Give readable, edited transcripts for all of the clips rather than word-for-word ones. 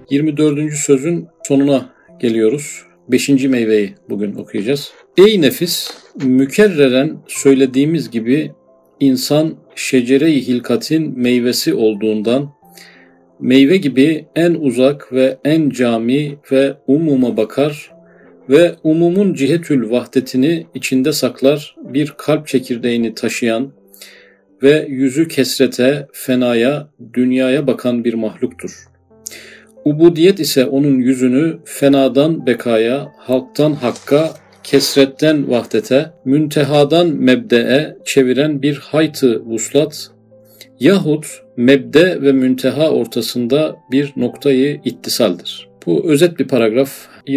24. sözün sonuna geliyoruz. 5. meyveyi bugün okuyacağız. Ey nefis, mükerreren söylediğimiz gibi insan şecere-i hilkatin meyvesi olduğundan, meyve gibi en uzak ve en cami ve umuma bakar ve umumun cihetül vahdetini içinde saklar bir kalp çekirdeğini taşıyan ve yüzü kesrete, fenaya, dünyaya bakan bir mahluktur. Ubudiyet ise onun yüzünü fenadan bekaya, halktan hakka, kesretten vahdete, müntehadan mebdeye çeviren bir hayt-ı vuslat yahut mebde ve münteha ortasında bir noktayı ittisaldir. Bu özet bir paragraf.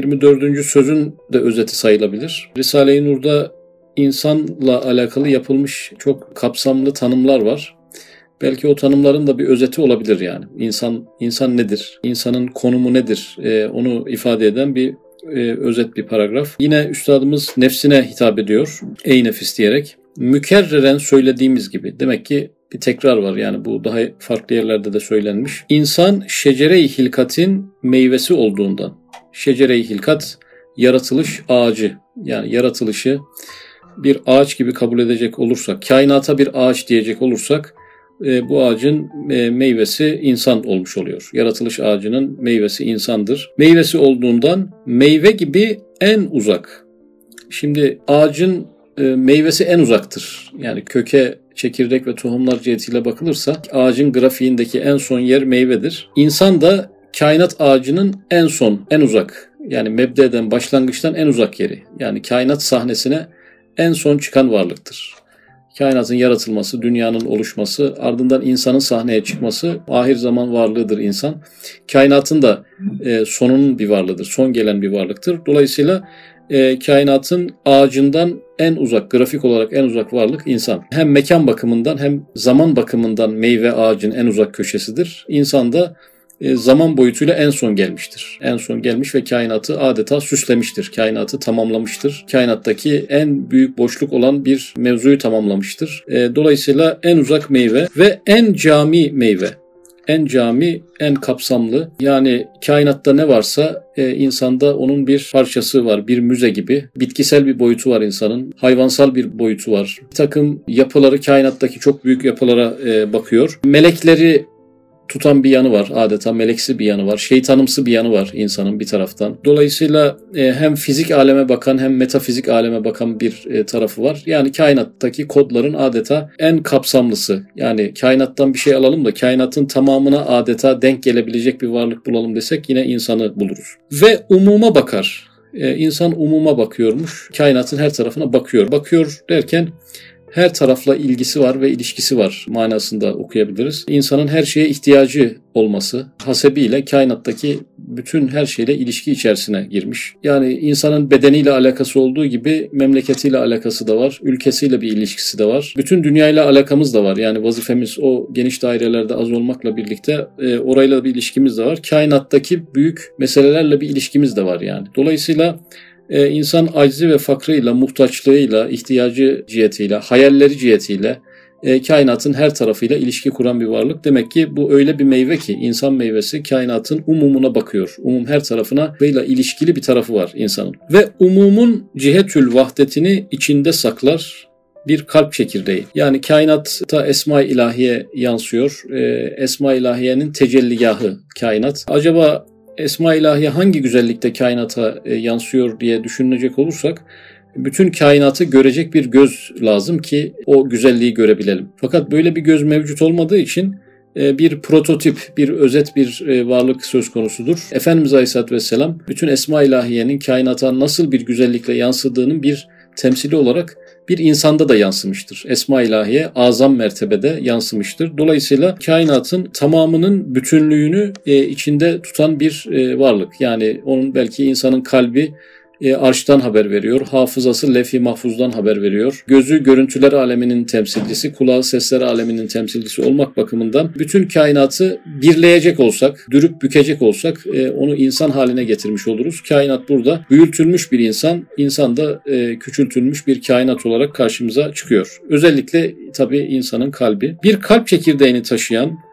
24. sözün de özeti sayılabilir. Risale-i Nur'da insanla alakalı yapılmış çok kapsamlı tanımlar var. Belki o tanımların da bir özeti olabilir yani. İnsan nedir? İnsanın konumu nedir? Onu ifade eden bir özet bir paragraf. Yine üstadımız nefsine hitap ediyor. Ey nefis diyerek. Mükerreren söylediğimiz gibi. Demek ki bir tekrar var yani bu daha farklı yerlerde de söylenmiş. İnsan şecere-i hilkatin meyvesi olduğundan. Şecere-i hilkat yaratılış ağacı. Yani yaratılışı bir ağaç gibi kabul edecek olursak, kainata bir ağaç diyecek olursak bu ağacın meyvesi insan olmuş oluyor. Yaratılış ağacının meyvesi insandır. Meyvesi olduğundan meyve gibi en uzak. Şimdi ağacın meyvesi en uzaktır. Yani köke, çekirdek ve tohumlar cihetiyle bakılırsa ağacın grafiğindeki en son yer meyvedir. İnsan da kainat ağacının en son, en uzak. Yani mebdeden, başlangıçtan en uzak yeri. Yani kainat sahnesine en son çıkan varlıktır. Kainatın yaratılması, dünyanın oluşması, ardından insanın sahneye çıkması ahir zaman varlığıdır insan. Kainatın da sonunun bir varlığıdır, son gelen bir varlıktır. Dolayısıyla kainatın ağacından en uzak, grafik olarak en uzak varlık insan. Hem mekan bakımından hem zaman bakımından meyve ağacın en uzak köşesidir. İnsan da zaman boyutuyla en son gelmiştir. En son gelmiş ve kainatı adeta süslemiştir. Kainatı tamamlamıştır. Kainattaki en büyük boşluk olan bir mevzuyu tamamlamıştır. Dolayısıyla en uzak meyve ve en cami meyve. En cami, en kapsamlı. Yani kainatta ne varsa insanda onun bir parçası var. Bir müze gibi. Bitkisel bir boyutu var insanın. Hayvansal bir boyutu var. Bir takım yapıları, kainattaki çok büyük yapılara bakıyor. Melekleri tutan bir yanı var adeta, meleksi bir yanı var, şeytanımsı bir yanı var insanın bir taraftan. Dolayısıyla hem fizik aleme bakan hem metafizik aleme bakan bir tarafı var. Yani kainattaki kodların adeta en kapsamlısı. Yani kainattan bir şey alalım da kainatın tamamına adeta denk gelebilecek bir varlık bulalım desek yine insanı buluruz. Ve umuma bakar. İnsan umuma bakıyormuş. Kainatın her tarafına bakıyor. Bakıyor derken her tarafla ilgisi var ve ilişkisi var manasında okuyabiliriz. İnsanın her şeye ihtiyacı olması hasebiyle kainattaki bütün her şeyle ilişki içerisine girmiş. Yani insanın bedeniyle alakası olduğu gibi memleketiyle alakası da var, ülkesiyle bir ilişkisi de var. Bütün dünyayla alakamız da var. Yani vazifemiz o geniş dairelerde az olmakla birlikte orayla bir ilişkimiz de var. Kainattaki büyük meselelerle bir ilişkimiz de var yani. Dolayısıyla İnsan aczi ve fakrıyla, muhtaçlığıyla, ihtiyacı cihetiyle, hayalleri cihetiyle kainatın her tarafıyla ilişki kuran bir varlık. Demek ki bu öyle bir meyve ki insan meyvesi kainatın umumuna bakıyor. Umum her tarafına ile ilişkili bir tarafı var insanın. Ve umumun cihetül vahdetini içinde saklar bir kalp çekirdeği. Yani kainatta Esma-i İlahiye yansıyor. Esma-i İlahiye'nin tecelligahı kainat. Acaba Esma-i İlahiye hangi güzellikte kainata yansıyor diye düşünecek olursak bütün kainatı görecek bir göz lazım ki o güzelliği görebilelim. Fakat böyle bir göz mevcut olmadığı için bir prototip, bir özet bir varlık söz konusudur. Efendimiz Aleyhisselatü Vesselam bütün Esma-i İlahiye'nin kainata nasıl bir güzellikle yansıdığının bir temsili olarak bir insanda da yansımıştır. Esma-i İlahiye azam mertebede yansımıştır. Dolayısıyla kainatın tamamının bütünlüğünü içinde tutan bir varlık. Yani onun belki insanın kalbi arştan haber veriyor. Hafızası lef-i mahfuzdan haber veriyor. Gözü görüntüler aleminin temsilcisi, kulağı sesler aleminin temsilcisi olmak bakımından bütün kainatı birleyecek olsak, dürüp bükecek olsak onu insan haline getirmiş oluruz. Kainat burada büyütülmüş bir insan da küçültülmüş bir kainat olarak karşımıza çıkıyor. Özellikle tabii insanın kalbi. Bir kalp çekirdeğini taşıyan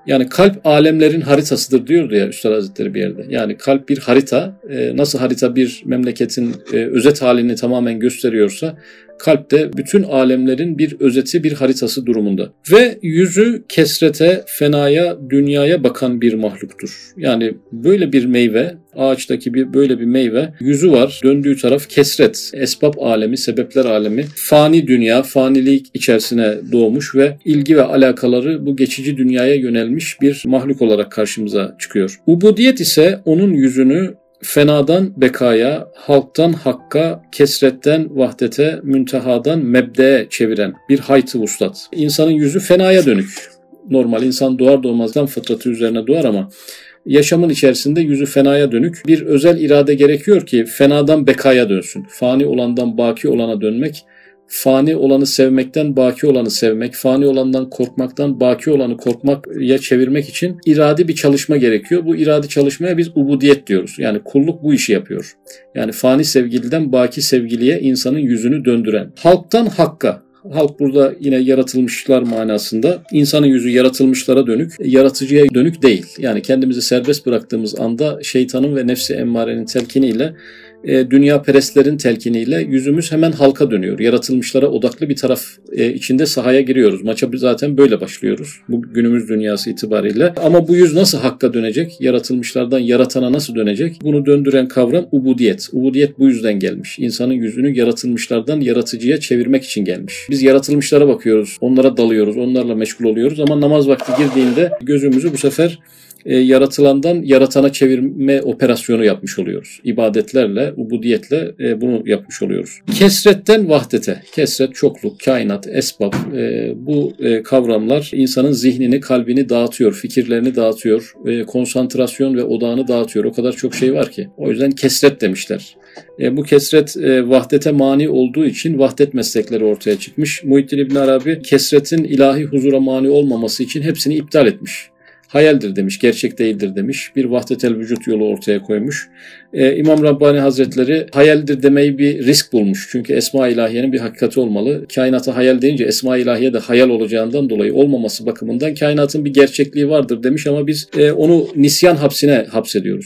Yani kalp alemlerin haritasıdır diyordu ya Üstad Hazretleri bir yerde. Yani kalp bir harita, nasıl harita bir memleketin özet halini tamamen gösteriyorsa, kalp de bütün alemlerin bir özeti, bir haritası durumunda. Ve yüzü kesrete, fenaya, dünyaya bakan bir mahluktur. Yani böyle bir meyve, ağaçtaki böyle bir meyve, yüzü var, döndüğü taraf kesret, esbab alemi, sebepler alemi, fani dünya, fanilik içerisine doğmuş ve ilgi ve alakaları bu geçici dünyaya yönelmiş bir mahluk olarak karşımıza çıkıyor. Ubudiyet ise onun yüzünü fenadan bekaya, halktan hakka, kesretten vahdete, müntehadan mebdeye çeviren bir hayt-ı vuslat. İnsanın yüzü fenaya dönük. Normal insan doğar doğmazdan fıtratı üzerine doğar ama yaşamın içerisinde yüzü fenaya dönük bir özel irade gerekiyor ki fenadan bekaya dönsün. Fani olandan baki olana dönmek, fani olanı sevmekten baki olanı sevmek, fani olandan korkmaktan baki olanı korkmaya çevirmek için iradi bir çalışma gerekiyor. Bu iradi çalışmaya biz ubudiyet diyoruz. Yani kulluk bu işi yapıyor. Yani fani sevgiliden baki sevgiliye insanın yüzünü döndüren. Halktan hakka. Halk burada yine yaratılmışlar manasında. İnsanın yüzü yaratılmışlara dönük, yaratıcıya dönük değil. Yani kendimizi serbest bıraktığımız anda şeytanın ve nefsi emmarenin telkiniyle, dünya perestlerin telkiniyle yüzümüz hemen halka dönüyor. Yaratılmışlara odaklı bir taraf içinde sahaya giriyoruz. Maça zaten böyle başlıyoruz. Bu günümüz dünyası itibariyle. Ama bu yüz nasıl hakka dönecek? Yaratılmışlardan yaratana nasıl dönecek? Bunu döndüren kavram ubudiyet. Ubudiyet bu yüzden gelmiş. İnsanın yüzünü yaratılmışlardan yaratıcıya çevirmek için gelmiş. Biz yaratılmışlara bakıyoruz, onlara dalıyoruz, onlarla meşgul oluyoruz ama namaz vakti girdiğinde gözümüzü bu sefer yaratılandan yaratana çevirme operasyonu yapmış oluyoruz. İbadetlerle, ubudiyetle bunu yapmış oluyoruz. Kesretten vahdete, kesret çokluk, kainat, esbab, bu kavramlar insanın zihnini, kalbini dağıtıyor, fikirlerini dağıtıyor, konsantrasyon ve odağını dağıtıyor. O kadar çok şey var ki. O yüzden kesret demişler. Bu kesret vahdete mani olduğu için vahdet meslekleri ortaya çıkmış. Muhittin İbn Arabi kesretin ilahi huzura mani olmaması için hepsini iptal etmiş. Hayaldir demiş, gerçek değildir demiş. Bir vahdetel vücut yolu ortaya koymuş. İmam Rabbani Hazretleri hayaldir demeyi bir risk bulmuş. Çünkü Esma-i İlahiye'nin bir hakikati olmalı. Kainata hayal deyince Esma-i İlahiye de hayal olacağından dolayı olmaması bakımından kainatın bir gerçekliği vardır demiş ama biz onu nisyan hapsine hapsediyoruz.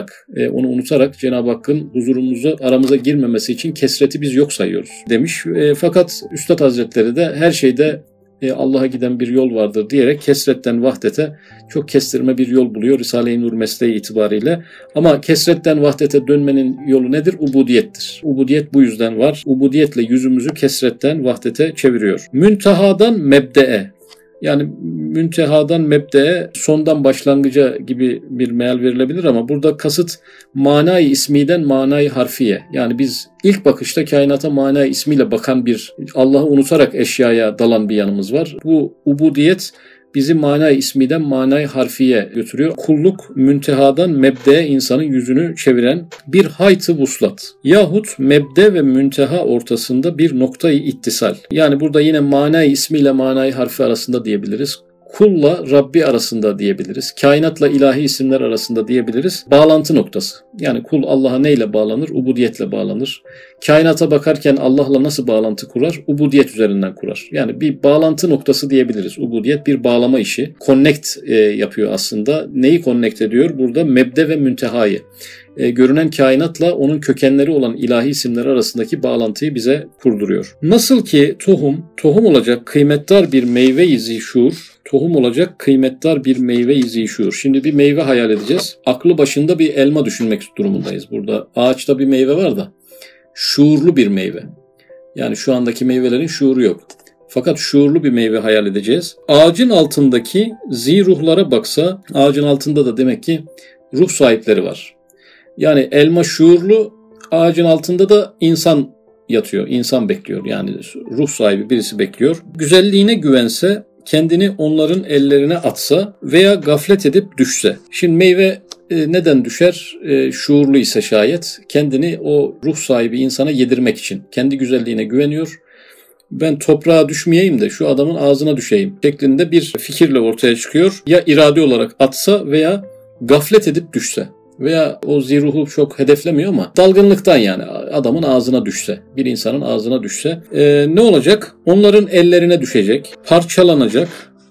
Onu unutarak Cenab-ı Hakk'ın huzurumuza, aramıza girmemesi için kesreti biz yok sayıyoruz demiş. Fakat Üstad Hazretleri de her şeyde Allah'a giden bir yol vardır diyerek kesretten vahdete çok kestirme bir yol buluyor Risale-i Nur mesleği itibariyle. Ama kesretten vahdete dönmenin yolu nedir? Ubudiyettir. Ubudiyet bu yüzden var. Ubudiyetle yüzümüzü kesretten vahdete çeviriyor. Müntehadan mebde'e, yani müntehadan mebde'e, sondan başlangıca gibi bir meal verilebilir ama burada kasıt manayı ismiden manayı harfiye. Yani biz ilk bakışta kainata manayı ismiyle bakan bir, Allah'ı unutarak eşyaya dalan bir yanımız var. Bu ubudiyet bizi manayı ismiden manayı harfiye götürüyor. Kulluk müntehadan mebde'ye insanın yüzünü çeviren bir hayt-ı vuslat. Yahut mebde ve münteha ortasında bir noktayı ittisal. Yani burada yine manayı ismiyle manayı harfi arasında diyebiliriz. Kulla Rabbi arasında diyebiliriz. Kainatla ilahi isimler arasında diyebiliriz. Bağlantı noktası. Yani kul Allah'a neyle bağlanır? Ubudiyetle bağlanır. Kainata bakarken Allah'la nasıl bağlantı kurar? Ubudiyet üzerinden kurar. Yani bir bağlantı noktası diyebiliriz. Ubudiyet bir bağlama işi. Connect yapıyor aslında. Neyi connect ediyor? Burada mebde ve müntehayı. Görünen kainatla onun kökenleri olan ilahi isimler arasındaki bağlantıyı bize kurduruyor. Nasıl ki tohum olacak kıymetdar bir meyve-i zişur, tohum olacak kıymetdar bir meyve-i zişur. Şimdi bir meyve hayal edeceğiz. Aklı başında bir elma düşünmek durumundayız burada. Ağaçta bir meyve var da şuurlu bir meyve. Yani şu andaki meyvelerin şuuru yok. Fakat şuurlu bir meyve hayal edeceğiz. Ağacın altındaki ziruhlara baksa, ağacın altında da demek ki ruh sahipleri var. Yani elma şuurlu, ağacın altında da insan yatıyor, insan bekliyor. Yani ruh sahibi birisi bekliyor. Güzelliğine güvense, kendini onların ellerine atsa veya gaflet edip düşse. Şimdi meyve neden düşer? Şuurlu ise şayet kendini o ruh sahibi insana yedirmek için. Kendi güzelliğine güveniyor. Ben toprağa düşmeyeyim de şu adamın ağzına düşeyim şeklinde bir fikirle ortaya çıkıyor. Ya irade olarak atsa veya gaflet edip düşse. Veya o ziruhu çok hedeflemiyor ama dalgınlıktan, yani adamın ağzına düşse, bir insanın ağzına düşse ne olacak? Onların ellerine düşecek, parçalanacak,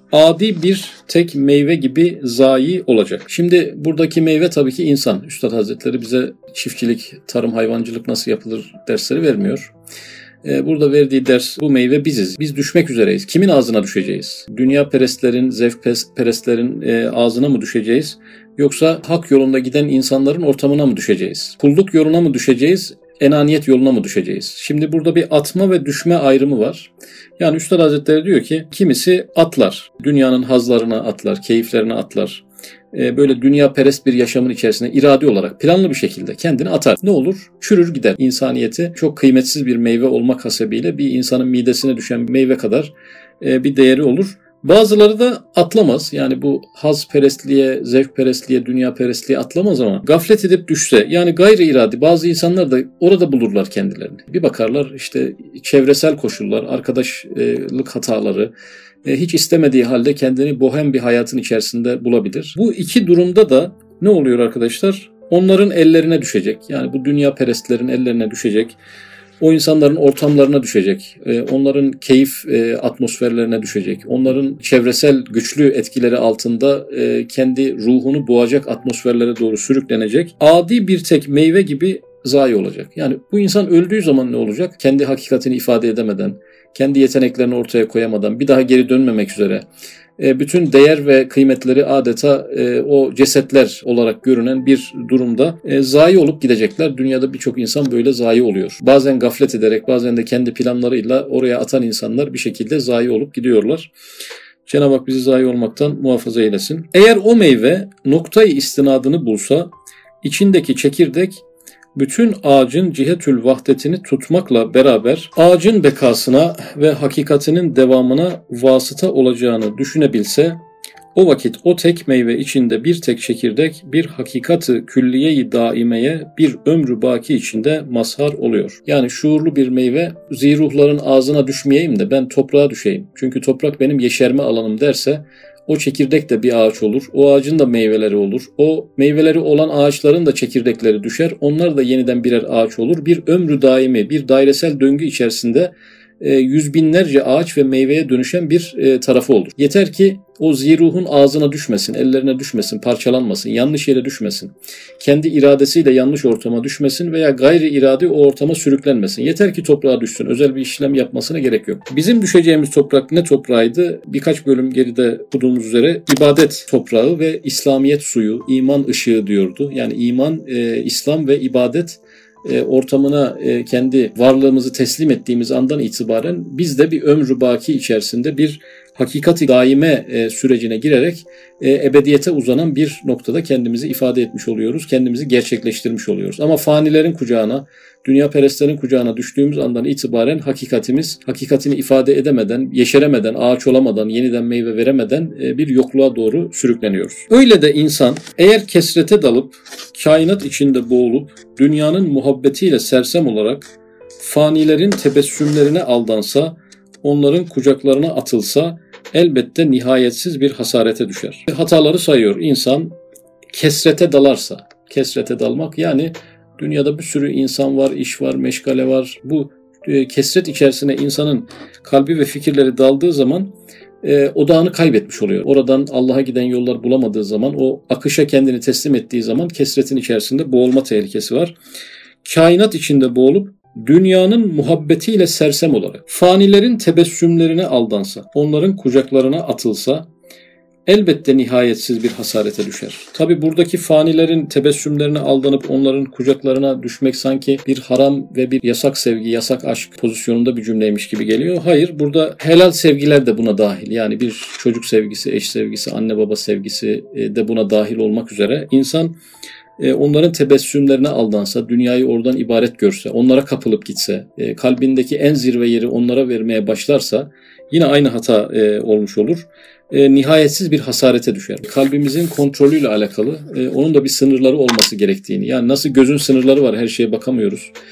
adi bir tek meyve gibi zayi olacak. Şimdi buradaki meyve tabii ki insan. Üstad Hazretleri bize çiftçilik, tarım, hayvancılık nasıl yapılır dersleri vermiyor. Burada verdiği ders, bu meyve biziz. Biz düşmek üzereyiz. Kimin ağzına düşeceğiz? Dünya perestlerin, zevk perestlerin ağzına mı düşeceğiz? Yoksa hak yolunda giden insanların ortamına mı düşeceğiz? Kulluk yoluna mı düşeceğiz? Enaniyet yoluna mı düşeceğiz? Şimdi burada bir atma ve düşme ayrımı var. Yani Üstad Hazretleri diyor ki kimisi atlar. Dünyanın hazlarına atlar, keyiflerine atlar. Böyle dünya perest bir yaşamın içerisine iradi olarak planlı bir şekilde kendini atar. Ne olur? Çürür gider. İnsaniyeti çok kıymetsiz bir meyve olmak hasebiyle bir insanın midesine düşen meyve kadar bir değeri olur. Bazıları da atlamaz. Yani bu haz perestliğe, zevk perestliğe, dünya perestliğe atlamaz ama gaflet edip düşse, yani gayri iradi bazı insanlar da orada bulurlar kendilerini. Bir bakarlar işte çevresel koşullar, arkadaşlık hataları, hiç istemediği halde kendini bohem bir hayatın içerisinde bulabilir. Bu iki durumda da ne oluyor arkadaşlar? Onların ellerine düşecek. Yani bu dünya perestlerin ellerine düşecek. O insanların ortamlarına düşecek. Onların keyif atmosferlerine düşecek. Onların çevresel güçlü etkileri altında kendi ruhunu boğacak atmosferlere doğru sürüklenecek. Adi bir tek meyve gibi zayi olacak. Yani bu insan öldüğü zaman ne olacak? Kendi hakikatini ifade edemeden, kendi yeteneklerini ortaya koyamadan, bir daha geri dönmemek üzere bütün değer ve kıymetleri adeta o cesetler olarak görünen bir durumda zayi olup gidecekler. Dünyada birçok insan böyle zayi oluyor. Bazen gaflet ederek, bazen de kendi planlarıyla oraya atan insanlar bir şekilde zayi olup gidiyorlar. Cenab-ı Hak bizi zayi olmaktan muhafaza eylesin. Eğer o meyve noktayı istinadını bulsa, içindeki çekirdek bütün ağacın cihetül vahdetini tutmakla beraber ağacın bekasına ve hakikatinin devamına vasıta olacağını düşünebilse, o vakit o tek meyve içinde bir tek çekirdek bir hakikati külliye-i daimeye bir ömrü baki içinde mazhar oluyor. Yani şuurlu bir meyve ziruhların ağzına düşmeyeyim de ben toprağa düşeyim. Çünkü toprak benim yeşerme alanım derse, o çekirdek de bir ağaç olur. O ağacın da meyveleri olur. O meyveleri olan ağaçların da çekirdekleri düşer. Onlar da yeniden birer ağaç olur. Bir ömrü daimi, bir dairesel döngü içerisinde yüz binlerce ağaç ve meyveye dönüşen bir tarafı olur. Yeter ki o ziruhun ağzına düşmesin, ellerine düşmesin, parçalanmasın, yanlış yere düşmesin. Kendi iradesiyle yanlış ortama düşmesin veya gayri iradi o ortama sürüklenmesin. Yeter ki toprağa düşsün, özel bir işlem yapmasına gerek yok. Bizim düşeceğimiz toprak ne toprağıydı? Birkaç bölüm geride okuduğumuz üzere ibadet toprağı ve İslamiyet suyu, iman ışığı diyordu. Yani iman, İslam ve ibadet ortamına kendi varlığımızı teslim ettiğimiz andan itibaren biz de bir ömrü baki içerisinde bir hakikati daime sürecine girerek ebediyete uzanan bir noktada kendimizi ifade etmiş oluyoruz. Kendimizi gerçekleştirmiş oluyoruz. Ama fanilerin kucağına, dünya perestlerin kucağına düştüğümüz andan itibaren hakikatini ifade edemeden, yeşeremeden, ağaç olamadan, yeniden meyve veremeden bir yokluğa doğru sürükleniyoruz. Öyle de insan eğer kesrete dalıp, kainat içinde boğulup, dünyanın muhabbetiyle sersem olarak fanilerin tebessümlerine aldansa, onların kucaklarına atılsa elbette nihayetsiz bir hasarete düşer. Hataları sayıyor. İnsan kesrete dalarsa, kesrete dalmak yani dünyada bir sürü insan var, iş var, meşgale var. Bu kesret içerisine insanın kalbi ve fikirleri daldığı zaman odağını kaybetmiş oluyor. Oradan Allah'a giden yollar bulamadığı zaman, o akışa kendini teslim ettiği zaman kesretin içerisinde boğulma tehlikesi var. Kainat içinde boğulup dünyanın muhabbetiyle sersem olarak fanilerin tebessümlerine aldansa, onların kucaklarına atılsa elbette nihayetsiz bir hasarete düşer. Tabi buradaki fanilerin tebessümlerine aldanıp onların kucaklarına düşmek sanki bir haram ve bir yasak sevgi, yasak aşk pozisyonunda bir cümleymiş gibi geliyor. Hayır, burada helal sevgiler de buna dahil. Yani bir çocuk sevgisi, eş sevgisi, anne baba sevgisi de buna dahil olmak üzere insan onların tebessümlerine aldansa, dünyayı oradan ibaret görse, onlara kapılıp gitse, kalbindeki en zirve yeri onlara vermeye başlarsa yine aynı hata olmuş olur. Nihayetsiz bir hasarete düşer. Kalbimizin kontrolüyle alakalı onun da bir sınırları olması gerektiğini, yani nasıl gözün sınırları var, her şeye bakamıyoruz.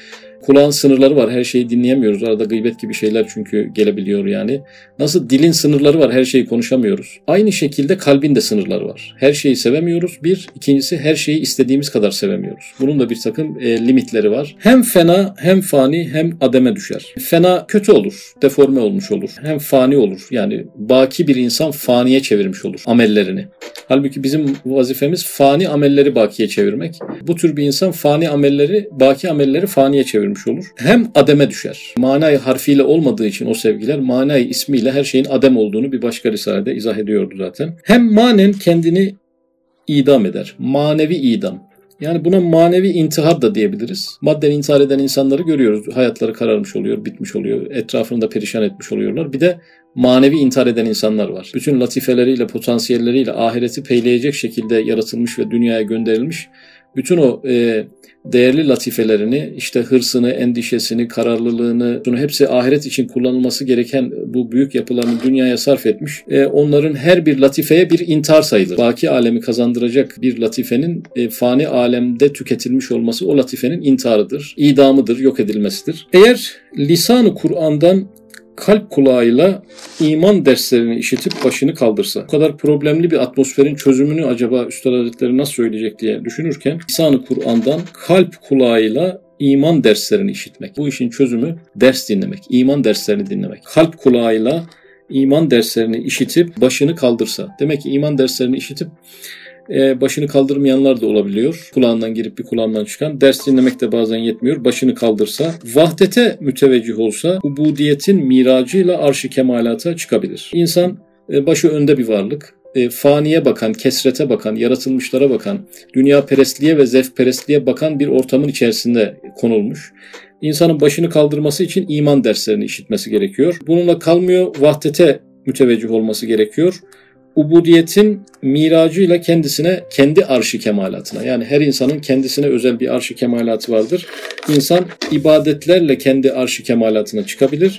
kulağın sınırları var. Her şeyi dinleyemiyoruz. Arada gıybet gibi şeyler çünkü gelebiliyor yani. Nasıl dilin sınırları var. Her şeyi konuşamıyoruz. Aynı şekilde kalbin de sınırları var. Her şeyi sevemiyoruz. Bir. İkincisi her şeyi istediğimiz kadar sevemiyoruz. Bunun da bir takım limitleri var. Hem fena hem fani hem ademe düşer. Fena kötü olur. Deforme olmuş olur. Hem fani olur. Yani baki bir insan faniye çevirmiş olur amellerini. Halbuki bizim vazifemiz fani amelleri bakiye çevirmek. Bu tür bir insan fani amelleri, baki amelleri faniye çevirmiş olur. Hem ademe düşer. Manayı harfiyle olmadığı için o sevgiler, manayı ismiyle her şeyin adem olduğunu bir başka risalede izah ediyordu zaten. Hem manen kendini idam eder. Manevi idam. Yani buna manevi intihar da diyebiliriz. Madden intihar eden insanları görüyoruz. Hayatları kararmış oluyor, bitmiş oluyor. Etrafını da perişan etmiş oluyorlar. Bir de manevi intihar eden insanlar var. Bütün latifeleriyle, potansiyelleriyle ahireti peyleyecek şekilde yaratılmış ve dünyaya gönderilmiş. Bütün o değerli latifelerini, işte hırsını, endişesini, kararlılığını, bunu hepsi ahiret için kullanılması gereken bu büyük yapılarını dünyaya sarf etmiş. Onların her bir latifeye bir intihar sayılır. Baki alemi kazandıracak bir latifenin fani alemde tüketilmiş olması o latifenin intiharıdır, idamıdır, yok edilmesidir. Eğer lisan-ı Kur'an'dan kalp kulağıyla iman derslerini işitip başını kaldırsa, bu kadar problemli bir atmosferin çözümünü acaba Üstad Hazretleri nasıl söyleyecek diye düşünürken, lisan-ı Kur'an'dan kalp kulağıyla iman derslerini işitmek. Bu işin çözümü ders dinlemek, iman derslerini dinlemek. Kalp kulağıyla iman derslerini işitip başını kaldırsa. Demek ki iman derslerini işitip başını kaldırmayanlar da olabiliyor. Kulağından girip bir kulağından çıkan. Ders dinlemek de bazen yetmiyor. Başını kaldırsa, vahdete müteveccih olsa, ubudiyetin miracıyla arş-ı kemalata çıkabilir. İnsan başı önde bir varlık. Faniye bakan, kesrete bakan, yaratılmışlara bakan, dünya perestliğe ve zevk bakan bir ortamın içerisinde konulmuş. İnsanın başını kaldırması için iman derslerini işitmesi gerekiyor. Bununla kalmıyor, vahdete müteveccih olması gerekiyor. Ubudiyetin miracıyla kendisine, kendi arş-ı kemalatına, yani her insanın kendisine özel bir arş-ı kemalatı vardır. İnsan ibadetlerle kendi arş-ı kemalatına çıkabilir.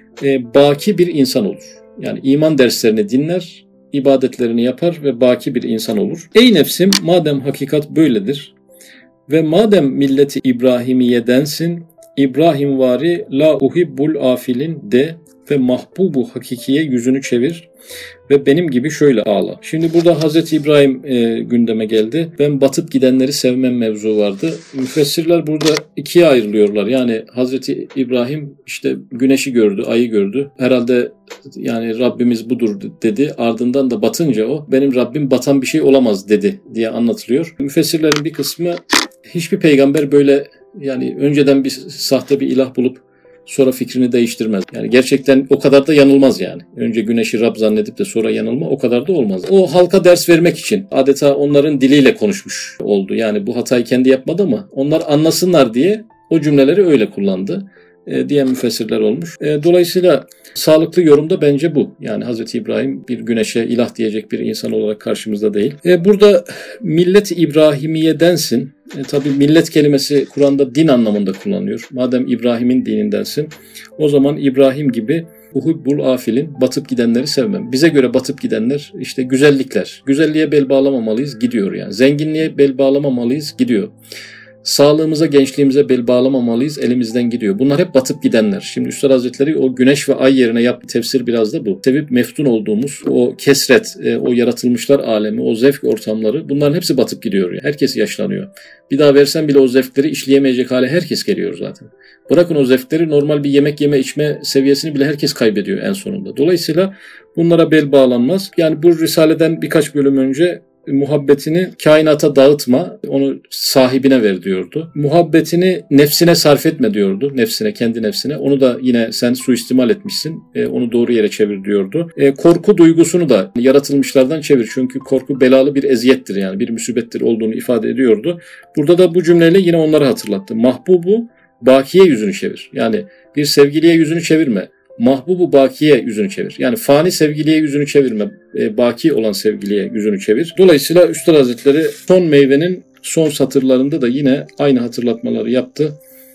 Baki bir insan olur. Yani iman derslerini dinler, ibadetlerini yapar ve baki bir insan olur. Ey nefsim, madem hakikat böyledir ve madem milleti İbrahimiyedensin, İbrahimvari la uhibbul afilin de ve mahbubu hakikiye yüzünü çevir ve benim gibi şöyle ağla. Şimdi burada Hazreti İbrahim gündeme geldi. Ben batıp gidenleri sevmem mevzu vardı. Müfessirler burada ikiye ayrılıyorlar. Yani Hazreti İbrahim işte güneşi gördü, ayı gördü. Herhalde yani Rabbimiz budur dedi. Ardından da batınca o benim Rabbim batan bir şey olamaz dedi diye anlatılıyor. Müfessirlerin bir kısmı hiçbir peygamber böyle yani önceden bir sahte bir ilah bulup sonra fikrini değiştirmez. Yani gerçekten o kadar da yanılmaz yani. Önce güneşi Rab zannedip de sonra yanılma o kadar da olmaz. O halka ders vermek için adeta onların diliyle konuşmuş oldu. Yani bu hatayı kendi yapmadı ama onlar anlasınlar diye o cümleleri öyle kullandı diyen müfessirler olmuş. Dolayısıyla sağlıklı yorum da bence bu. Yani Hazreti İbrahim bir güneşe ilah diyecek bir insan olarak karşımızda değil. Burada millet İbrahimiyedensin. Tabii millet kelimesi Kur'an'da din anlamında kullanılıyor. Madem İbrahim'in dinindensin, o zaman İbrahim gibi uhubbul afilin, batıp gidenleri sevmem. Bize göre batıp gidenler işte güzellikler. Güzelliğe bel bağlamamalıyız, gidiyor yani. Zenginliğe bel bağlamamalıyız, gidiyor. Sağlığımıza, gençliğimize bel bağlamamalıyız, elimizden gidiyor. Bunlar hep batıp gidenler. Şimdi Üstad Hazretleri o güneş ve ay yerine yaptığı tefsir biraz da bu. Sevip meftun olduğumuz o kesret, o yaratılmışlar alemi, o zevk ortamları bunların hepsi batıp gidiyor. Yani. Herkes yaşlanıyor. Bir daha versen bile o zevkleri işleyemeyecek hale herkes geliyor zaten. Bırakın o zevkleri, normal bir yemek yeme içme seviyesini bile herkes kaybediyor en sonunda. Dolayısıyla bunlara bel bağlanmaz. Yani bu risaleden birkaç bölüm önce muhabbetini kainata dağıtma, onu sahibine ver diyordu. Muhabbetini nefsine sarf etme diyordu. Nefsine, kendi nefsine. Onu da yine sen suistimal etmişsin. Onu doğru yere çevir diyordu. Korku duygusunu da yaratılmışlardan çevir. Çünkü korku belalı bir eziyettir yani. Bir musibettir olduğunu ifade ediyordu. Burada da bu cümleyle yine onları hatırlattı. Mahbubu bakiye yüzünü çevir. Yani bir sevgiliye yüzünü çevirme. Mahbubu bakiye yüzünü çevir. Yani fani sevgiliye yüzünü çevirme. Baki olan sevgiliye yüzünü çevir. Dolayısıyla Üstad Hazretleri son meyvenin son satırlarında da yine aynı hatırlatmaları yaptı.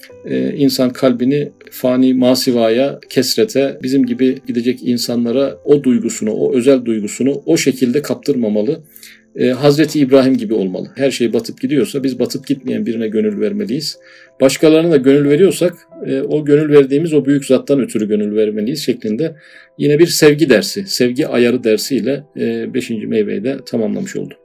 İnsan kalbini fani masivaya, kesrete, bizim gibi gidecek insanlara o duygusunu, o özel duygusunu o şekilde kaptırmamalı. Hazreti İbrahim gibi olmalı. Her şey batıp gidiyorsa biz batıp gitmeyen birine gönül vermeliyiz. Başkalarına da gönül veriyorsak o gönül verdiğimiz o büyük zattan ötürü gönül vermeliyiz şeklinde yine bir sevgi dersi, sevgi ayarı dersiyle 5. meyveyi de tamamlamış oldum.